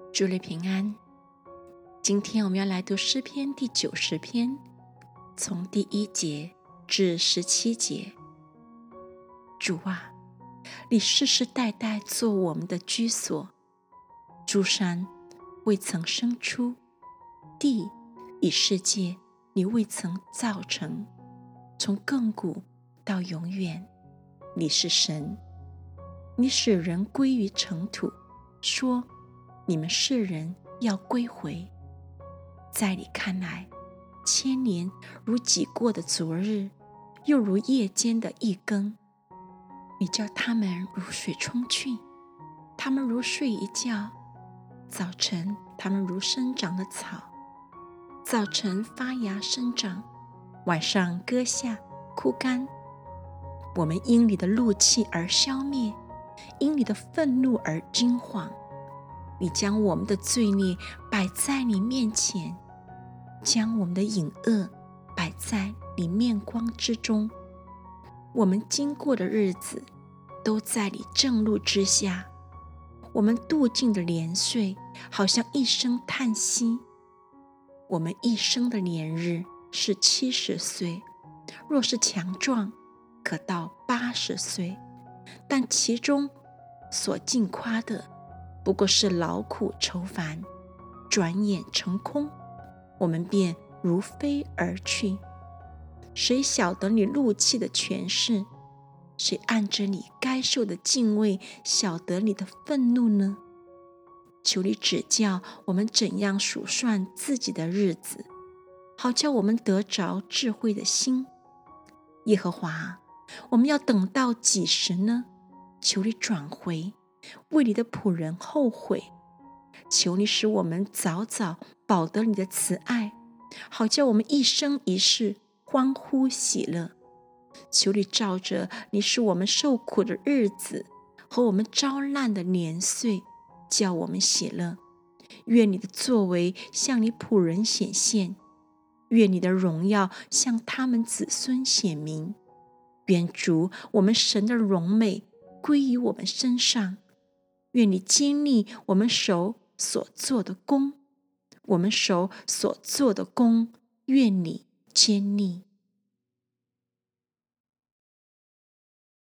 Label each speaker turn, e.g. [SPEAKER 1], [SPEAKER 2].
[SPEAKER 1] 主内平安。今天我们要来读诗篇第90篇，从第1节至17节。主啊，你世世代代做我们的居所，诸山未曾生出，地与世界你未曾造成，从亘古到永远，你是神。你使人归于尘土，说你们世人要归回。在你看来，千年如己过的昨日，又如夜间的一更。你叫他们如水冲去，他们如睡一觉。早晨他们如生长的草，早晨发芽生长，晚上割下枯干。我们因你的怒气而消灭，因你的愤怒而惊惶。你将我们的罪孽摆在你面前，将我们的隐恶摆在你面光之中。我们经过的日子都在你正路之下，我们度尽的年岁好像一声叹息。我们一生的年日是70岁，若是强壮，可到80岁，但其中所尽夸的不过是劳苦愁烦，转眼成空，我们便如飞而去。谁晓得你怒气的权势？谁按着你该受的敬畏晓得你的愤怒呢？求你指教我们怎样数算自己的日子，好叫我们得着智慧的心。耶和华，我们要等到几时呢？求你转回，为你的仆人后悔。求你使我们早早饱得你的慈爱，好叫我们一生一世欢呼喜乐。求你照着你使我们受苦的日子和我们遭难的年岁，叫我们喜乐。愿你的作为向你仆人显现，愿你的荣耀向他们子孙显明。愿主我们神的荣美归于我们身上。愿你坚立我们手所做的工，我们手所做的工，愿你坚立。